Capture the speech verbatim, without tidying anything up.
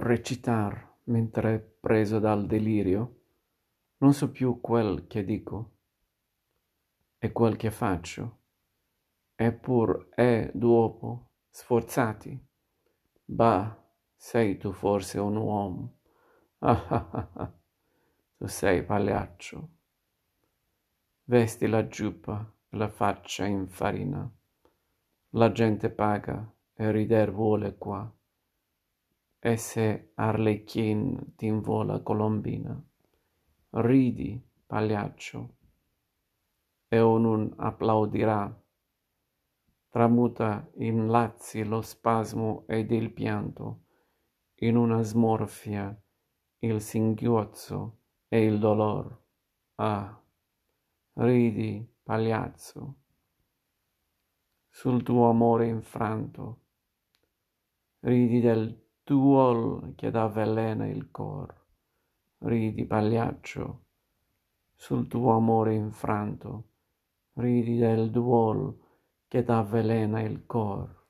recitar mentre preso dal delirio, non so più quel che dico e quel che faccio, eppur è d'uopo sforzati. Bah, sei tu forse un uomo? Ah ah ah ah, tu sei pagliaccio. Vesti la giubba e la faccia in farina. La gente paga e rider vuole qua. E se Arlecchin t'invola Colombina, ridi, pagliaccio, e ognun applaudirà. Tramuta in lazzi lo spasmo ed il pianto, in una smorfia il singhiozzo e il dolor. Ah, ridi, pagliazzo, sul tuo amore infranto, ridi del duol che t'avvelena il cor. Ridi, pagliaccio, sul tuo amore infranto, ridi del duol che t'avvelena il cor.